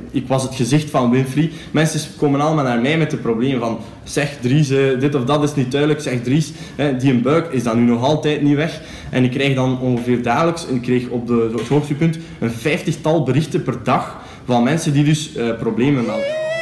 ik was het gezicht van Winfrey. Mensen komen allemaal naar mij met de problemen van zeg Dries, dit of dat is niet duidelijk, zeg Dries, die een buik is dan nu nog altijd niet weg. En ik krijg dan ongeveer dagelijks, ik kreeg op het hoogtepunt een 50-tal berichten per dag van mensen die dus problemen melden.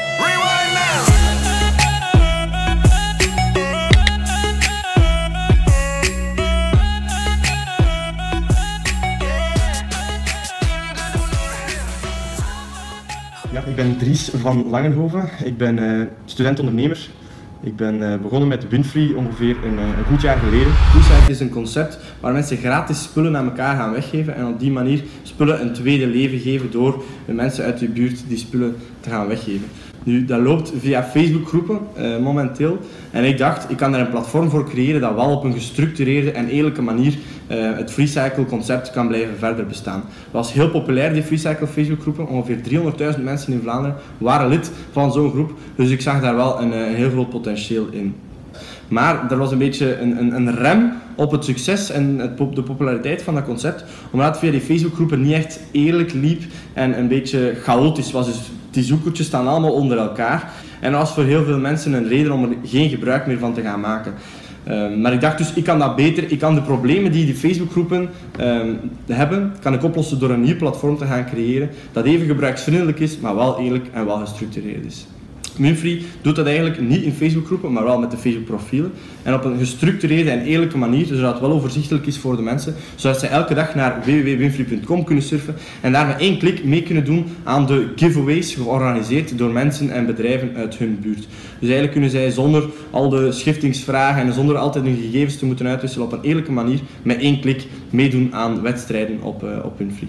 Ja, ik ben Dries van Langenhoven. Ik ben student-ondernemer. Ik ben begonnen met Winfrey ongeveer een goed jaar geleden. Freecycle is een concept waar mensen gratis spullen aan elkaar gaan weggeven en op die manier spullen een tweede leven geven door de mensen uit je buurt die spullen te gaan weggeven. Nu, dat loopt via Facebookgroepen momenteel en ik dacht, ik kan daar een platform voor creëren dat wel op een gestructureerde en eerlijke manier het Freecycle concept kan blijven verder bestaan. Het was heel populair, die Freecycle Facebookgroepen. Ongeveer 300.000 mensen in Vlaanderen waren lid van zo'n groep, dus ik zag daar wel een heel groot potentieel in. Maar er was een beetje een rem op het succes en de populariteit van dat concept, omdat het via die Facebookgroepen niet echt eerlijk liep en een beetje chaotisch was. Dus die zoekertjes staan allemaal onder elkaar en dat was voor heel veel mensen een reden om er geen gebruik meer van te gaan maken. Maar ik dacht dus, ik kan dat beter, ik kan de problemen die die Facebookgroepen hebben, kan ik oplossen door een nieuw platform te gaan creëren dat even gebruiksvriendelijk is, maar wel eerlijk en wel gestructureerd is. Winfrey doet dat eigenlijk niet in Facebookgroepen, maar wel met de Facebook-profielen. En op een gestructureerde en eerlijke manier, zodat het wel overzichtelijk is voor de mensen. Zodat ze elke dag naar www.winfrey.com kunnen surfen en daar met één klik mee kunnen doen aan de giveaways georganiseerd door mensen en bedrijven uit hun buurt. Dus eigenlijk kunnen zij zonder al de schiftingsvragen en zonder altijd hun gegevens te moeten uitwisselen op een eerlijke manier met één klik meedoen aan wedstrijden op Winfrey.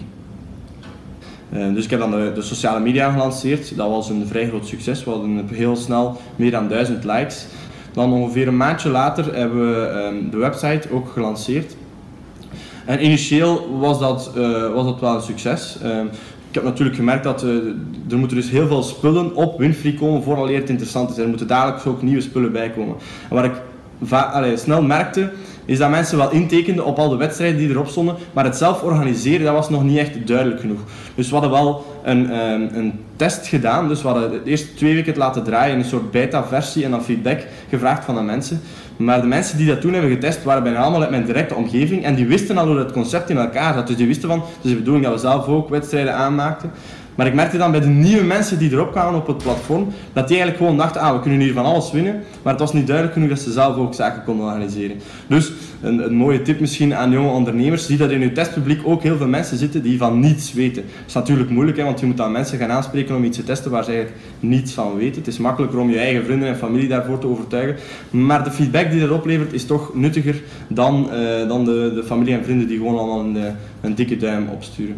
Dus ik heb dan de sociale media gelanceerd. Dat was een vrij groot succes. We hadden heel snel meer dan 1000 likes. Dan ongeveer een maandje later hebben we de website ook gelanceerd. En initieel was dat wel een succes. Ik heb natuurlijk gemerkt dat er moeten dus heel veel spullen op Winfrey komen vooraleer het interessant is. Er moeten dagelijks ook nieuwe spullen bij komen. En wat ik snel merkte, is dat mensen wel intekenden op al de wedstrijden die erop stonden, maar het zelf organiseren, dat was nog niet echt duidelijk genoeg. Dus we hadden wel een test gedaan, dus we hadden de eerste 2 weken het laten draaien, een soort beta-versie en dan feedback gevraagd van de mensen. Maar de mensen die dat toen hebben getest, waren bijna allemaal uit mijn directe omgeving en die wisten al hoe het concept in elkaar zat. Dus die wisten van, het is de bedoeling dat we zelf ook wedstrijden aanmaakten. Maar ik merkte dan bij de nieuwe mensen die erop kwamen op het platform, dat die eigenlijk gewoon dachten, we kunnen hier van alles winnen, maar het was niet duidelijk genoeg dat ze zelf ook zaken konden organiseren. Dus een mooie tip misschien aan jonge ondernemers, zie dat in uw testpubliek ook heel veel mensen zitten die van niets weten. Dat is natuurlijk moeilijk, want je moet dan mensen gaan aanspreken om iets te testen waar ze eigenlijk niets van weten. Het is makkelijker om je eigen vrienden en familie daarvoor te overtuigen, maar de feedback die dat oplevert is toch nuttiger dan de familie en vrienden die gewoon allemaal een dikke duim opsturen.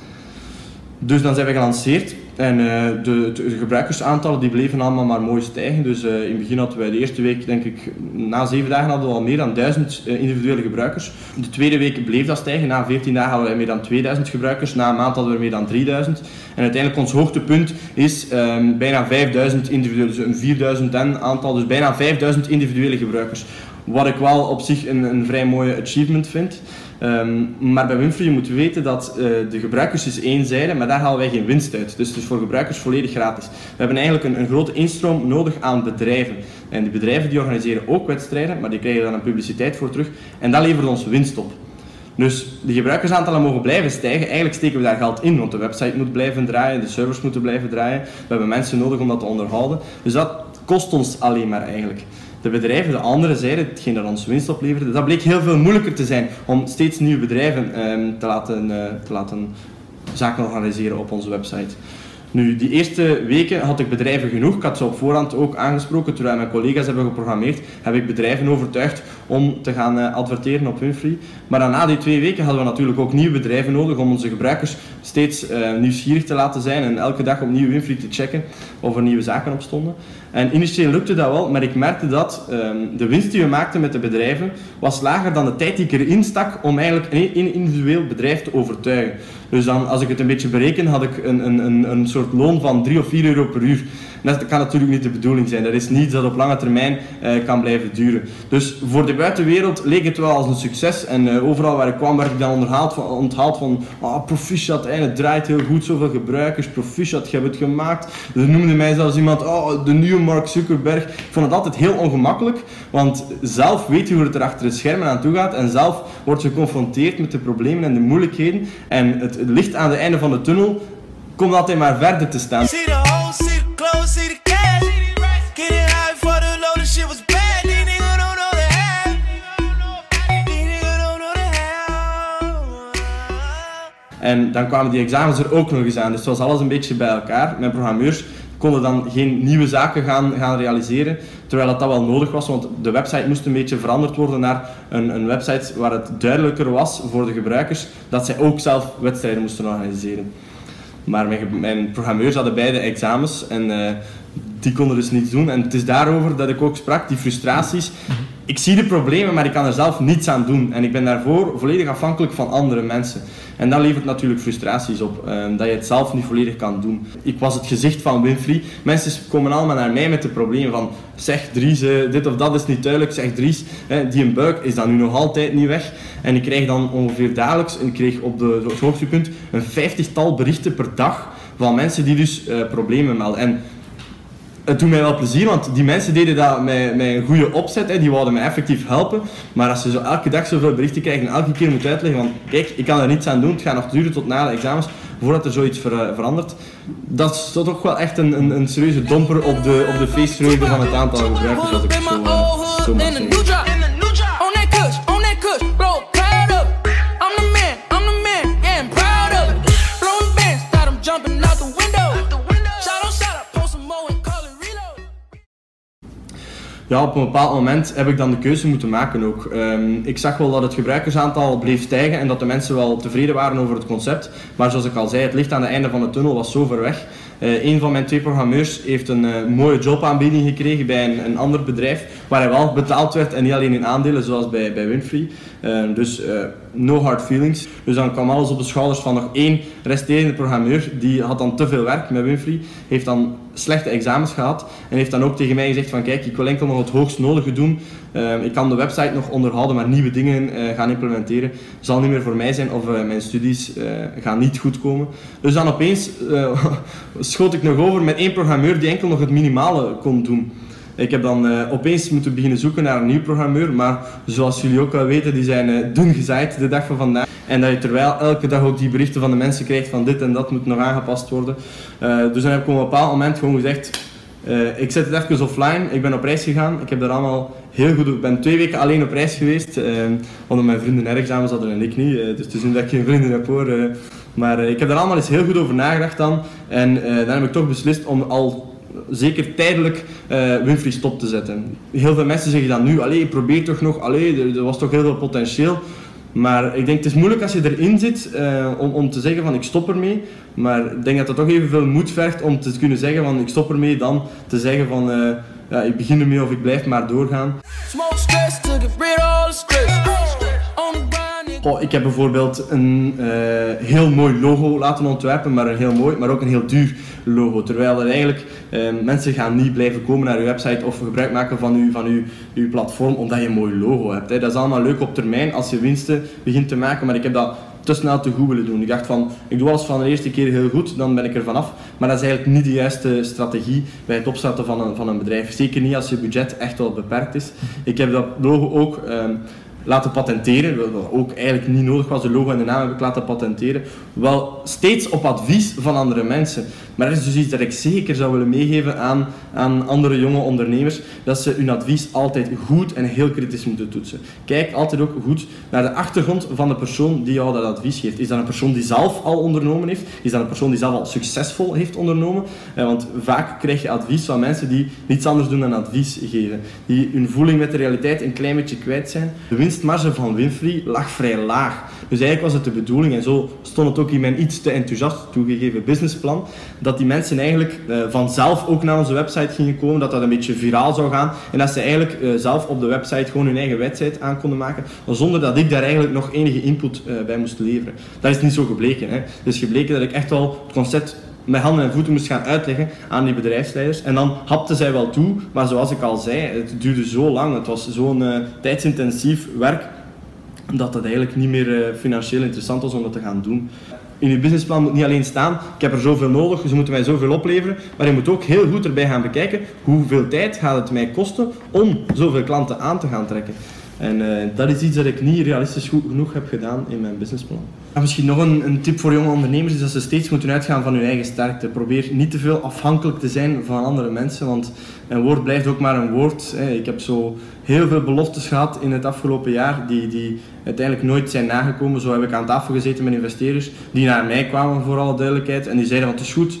Dus dan zijn we gelanceerd en de gebruikersaantallen die bleven allemaal maar mooi stijgen. Dus in het begin hadden wij de eerste week, denk ik, na 7 dagen hadden we al meer dan 1000 individuele gebruikers. De tweede week bleef dat stijgen, na 14 dagen hadden wij meer dan 2000 gebruikers, na een maand hadden we meer dan 3000. En uiteindelijk ons hoogtepunt is bijna 5000 individuele, dus een 4000 aantal, dus bijna 5000 individuele gebruikers. Wat ik wel op zich een vrij mooie achievement vind. Maar bij Winfrey, je moet weten dat de gebruikers is éénzijdig, maar daar halen wij geen winst uit. Dus het is voor gebruikers volledig gratis. We hebben eigenlijk een grote instroom nodig aan bedrijven. En die bedrijven die organiseren ook wedstrijden, maar die krijgen dan een publiciteit voor terug. En dat levert ons winst op. Dus de gebruikersaantallen mogen blijven stijgen. Eigenlijk steken we daar geld in, want de website moet blijven draaien, de servers moeten blijven draaien. We hebben mensen nodig om dat te onderhouden. Dus dat kost ons alleen maar eigenlijk. De bedrijven, de andere zijde, hetgeen dat ons winst opleverde, dat bleek heel veel moeilijker te zijn om steeds nieuwe bedrijven te laten zaken organiseren op onze website. Nu, die eerste weken had ik bedrijven genoeg. Ik had ze op voorhand ook aangesproken. Terwijl mijn collega's hebben geprogrammeerd, heb ik bedrijven overtuigd om te gaan adverteren op Winfrey. Maar dan na die 2 weken hadden we natuurlijk ook nieuwe bedrijven nodig om onze gebruikers steeds nieuwsgierig te laten zijn en elke dag opnieuw Winfrey te checken of er nieuwe zaken op stonden. En initieel lukte dat wel, maar ik merkte dat de winst die we maakten met de bedrijven was lager dan de tijd die ik erin stak om eigenlijk een individueel bedrijf te overtuigen. Dus dan, als ik het een beetje bereken, had ik een soort loon van 3 of 4 euro per uur. dat kan natuurlijk niet de bedoeling zijn. Dat is niets dat op lange termijn kan blijven duren. Dus voor de buitenwereld leek het wel als een succes en overal waar ik kwam werd ik dan onthaald van proficiat, het draait heel goed, zoveel gebruikers, proficiat, je hebt het gemaakt. Ze noemden mij zelfs iemand, de nieuwe Mark Zuckerberg. Ik vond het altijd heel ongemakkelijk, want zelf weet je hoe het er achter de schermen aan toe gaat en zelf wordt je geconfronteerd met de problemen en de moeilijkheden en het licht aan het einde van de tunnel komt altijd maar verder te staan. En dan kwamen die examens er ook nog eens aan, dus het was alles een beetje bij elkaar. Mijn programmeurs konden dan geen nieuwe zaken gaan realiseren, terwijl dat wel nodig was, want de website moest een beetje veranderd worden naar een website waar het duidelijker was voor de gebruikers dat zij ook zelf wedstrijden moesten organiseren. Maar mijn programmeurs hadden beide examens en die konden dus niets doen. En het is daarover dat ik ook sprak, die frustraties. Ik zie de problemen, maar ik kan er zelf niets aan doen. En ik ben daarvoor volledig afhankelijk van andere mensen. En dat levert natuurlijk frustraties op, dat je het zelf niet volledig kan doen. Ik was het gezicht van Winfree. Mensen komen allemaal naar mij met de problemen van zeg Dries, dit of dat is niet duidelijk. Zeg Dries, die een buik is dan nu nog altijd niet weg. En ik krijg dan ongeveer dagelijks, ik kreeg op het hoogtepunt een 50-tal berichten per dag van mensen die dus problemen melden. En het doet mij wel plezier, want die mensen deden dat met een goede opzet, die wouden mij effectief helpen. Maar als je zo elke dag zoveel berichten krijgt en elke keer moet uitleggen van kijk, ik kan er niets aan doen, het gaat nog duren tot na de examens voordat er zoiets verandert. Dat is toch wel echt een serieuze domper op de feestvreugde van het aantal gebruikers, als ik het zo mag zeggen. Ja, op een bepaald moment heb ik dan de keuze moeten maken ook. Ik zag wel dat het gebruikersaantal bleef stijgen en dat de mensen wel tevreden waren over het concept. Maar zoals ik al zei, het licht aan het einde van de tunnel was zo ver weg. Een van mijn 2 programmeurs heeft een mooie jobaanbieding gekregen bij een ander bedrijf waar hij wel betaald werd en niet alleen in aandelen zoals bij Winfree. Dus no hard feelings. Dus dan kwam alles op de schouders van nog 1 resterende programmeur. Die had dan te veel werk met Winfree, heeft dan slechte examens gehad en heeft dan ook tegen mij gezegd van kijk, ik wil enkel nog het hoogst nodige doen. Ik kan de website nog onderhouden, maar nieuwe dingen gaan implementeren zal niet meer voor mij zijn of mijn studies gaan niet goed komen. Dus dan opeens schoot ik nog over met 1 programmeur die enkel nog het minimale kon doen. Ik heb dan opeens moeten beginnen zoeken naar een nieuw programmeur, maar zoals jullie ook wel weten, die zijn dun gezaaid de dag van vandaag. En dat je terwijl elke dag ook die berichten van de mensen krijgt van dit en dat moet nog aangepast worden. Dus dan heb ik op een bepaald moment gewoon gezegd, ik zet het even offline, ik ben op reis gegaan, ik heb daar allemaal heel goed, ik ben 2 weken alleen op reis geweest, omdat mijn vrienden examens hadden en ik niet, dus te zien dat ik geen vrienden heb hoor. Maar ik heb daar allemaal eens heel goed over nagedacht dan en dan heb ik toch beslist om al zeker tijdelijk Winfree stop te zetten. Heel veel mensen zeggen dan nu, allee, probeer toch nog, er was toch heel veel potentieel. Maar ik denk het is moeilijk als je erin zit om te zeggen van ik stop ermee. Maar ik denk dat het toch evenveel moed vergt om te kunnen zeggen van ik stop ermee dan te zeggen van ik begin ermee of ik blijf maar doorgaan. Ik heb bijvoorbeeld een heel mooi logo laten ontwerpen, maar ook een heel duur logo. Terwijl er eigenlijk mensen gaan niet blijven komen naar uw website of gebruik maken van uw platform omdat je een mooi logo hebt. Dat is allemaal leuk op termijn als je winsten begint te maken, maar ik heb dat te snel te goed willen doen. Ik dacht van, ik doe alles van de eerste keer heel goed, dan ben ik er vanaf. Maar dat is eigenlijk niet de juiste strategie bij het opstarten van een bedrijf. Zeker niet als je budget echt wel beperkt is. Ik heb dat logo ook laten patenteren, wat ook eigenlijk niet nodig was, de logo en de naam heb ik laten patenteren. Wel steeds op advies van andere mensen. Maar dat is dus iets dat ik zeker zou willen meegeven aan andere jonge ondernemers, dat ze hun advies altijd goed en heel kritisch moeten toetsen. Kijk altijd ook goed naar de achtergrond van de persoon die jou dat advies geeft. Is dat een persoon die zelf al ondernomen heeft? Is dat een persoon die zelf al succesvol heeft ondernomen? Want vaak krijg je advies van mensen die niets anders doen dan advies geven. Die hun voeling met de realiteit een klein beetje kwijt zijn. De winstmarge van Winfree lag vrij laag. Dus eigenlijk was het de bedoeling, en zo stond het ook in mijn iets te enthousiast toegegeven businessplan, dat die mensen eigenlijk vanzelf ook naar onze website gingen komen, dat een beetje viraal zou gaan en dat ze eigenlijk zelf op de website gewoon hun eigen website aan konden maken, zonder dat ik daar eigenlijk nog enige input bij moest leveren. Dat is niet zo gebleken. Het is gebleken dat ik echt wel het concept met handen en voeten moest gaan uitleggen aan die bedrijfsleiders. En dan hapten zij wel toe, maar zoals ik al zei, het duurde zo lang, het was zo'n tijdsintensief werk, dat het eigenlijk niet meer financieel interessant was om dat te gaan doen. In je businessplan moet niet alleen staan, ik heb er zoveel nodig, ze moeten mij zoveel opleveren, maar je moet ook heel goed erbij gaan bekijken hoeveel tijd gaat het mij kosten om zoveel klanten aan te gaan trekken. En dat is iets dat ik niet realistisch goed genoeg heb gedaan in mijn businessplan. En misschien nog een tip voor jonge ondernemers is dat ze steeds moeten uitgaan van hun eigen sterkte. Probeer niet te veel afhankelijk te zijn van andere mensen, want een woord blijft ook maar een woord. Ik heb zo heel veel beloftes gehad in het afgelopen jaar die uiteindelijk nooit zijn nagekomen. Zo heb ik aan tafel gezeten met investeerders die naar mij kwamen, voor alle duidelijkheid, en die zeiden van het is goed.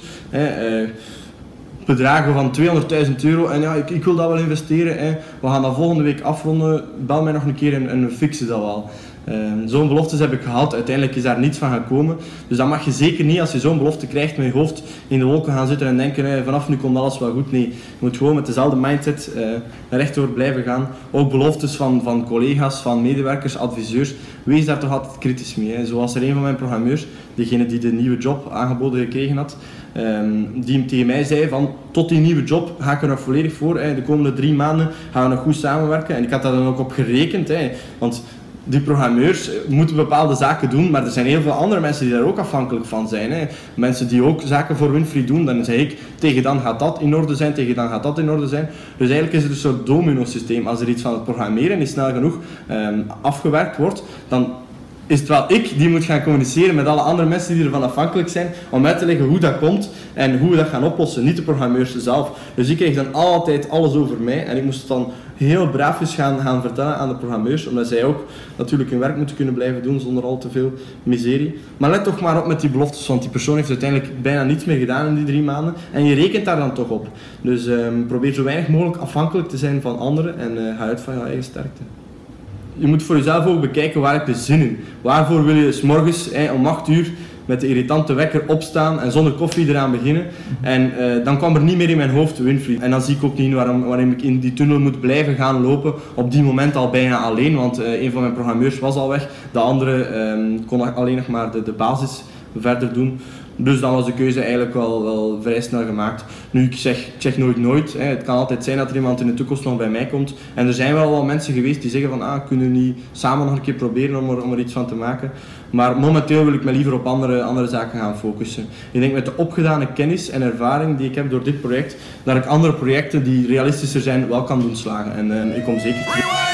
Bedragen van €200.000 en ja, ik wil dat wel investeren. We gaan dat volgende week afronden, bel mij nog een keer en we fixen dat wel. Zo'n beloftes heb ik gehad, uiteindelijk is daar niets van gekomen. Dus dat mag je zeker niet, als je zo'n belofte krijgt, met je hoofd in de wolken gaan zitten en denken vanaf nu komt alles wel goed. Nee, je moet gewoon met dezelfde mindset rechtdoor blijven gaan. Ook beloftes van collega's, van medewerkers, adviseurs, wees daar toch altijd kritisch mee. Zoals er een van mijn programmeurs, degene die de nieuwe job aangeboden gekregen had, die tegen mij zei van tot die nieuwe job ga ik er nog volledig voor. De komende 3 maanden gaan we nog goed samenwerken. En ik had daar dan ook op gerekend, want die programmeurs moeten bepaalde zaken doen, maar er zijn heel veel andere mensen die daar ook afhankelijk van zijn. Mensen die ook zaken voor Winfrey doen, dan zeg ik, tegen dan gaat dat in orde zijn, tegen dan gaat dat in orde zijn. Dus eigenlijk is het een soort domino-systeem. Als er iets van het programmeren niet snel genoeg afgewerkt wordt, dan is het wel ik die moet gaan communiceren met alle andere mensen die ervan afhankelijk zijn om uit te leggen hoe dat komt en hoe we dat gaan oplossen, niet de programmeurs zelf. Dus ik kreeg dan altijd alles over mij en ik moest het dan heel braafjes gaan vertellen aan de programmeurs, omdat zij ook natuurlijk hun werk moeten kunnen blijven doen zonder al te veel miserie. Maar let toch maar op met die beloftes, want die persoon heeft uiteindelijk bijna niets meer gedaan in die 3 maanden en je rekent daar dan toch op. Dus probeer zo weinig mogelijk afhankelijk te zijn van anderen en ga uit van je eigen sterkte. Je moet voor jezelf ook bekijken waar heb je zin in. Waarvoor wil je 's morgens om 8 uur met de irritante wekker opstaan en zonder koffie eraan beginnen. En dan kwam er niet meer in mijn hoofd Winfrey. En dan zie ik ook niet waarom ik in die tunnel moet blijven gaan lopen. Op die moment al bijna alleen, want een van mijn programmeurs was al weg. De andere kon alleen nog maar de basis verder doen. Dus dan was de keuze eigenlijk wel vrij snel gemaakt. Nu, ik zeg nooit nooit. Het kan altijd zijn dat er iemand in de toekomst nog bij mij komt. En er zijn wel wat mensen geweest die zeggen van kunnen we niet samen nog een keer proberen om er iets van te maken. Maar momenteel wil ik me liever op andere zaken gaan focussen. Ik denk met de opgedane kennis en ervaring die ik heb door dit project, dat ik andere projecten die realistischer zijn wel kan doen slagen. En ik kom zeker terug.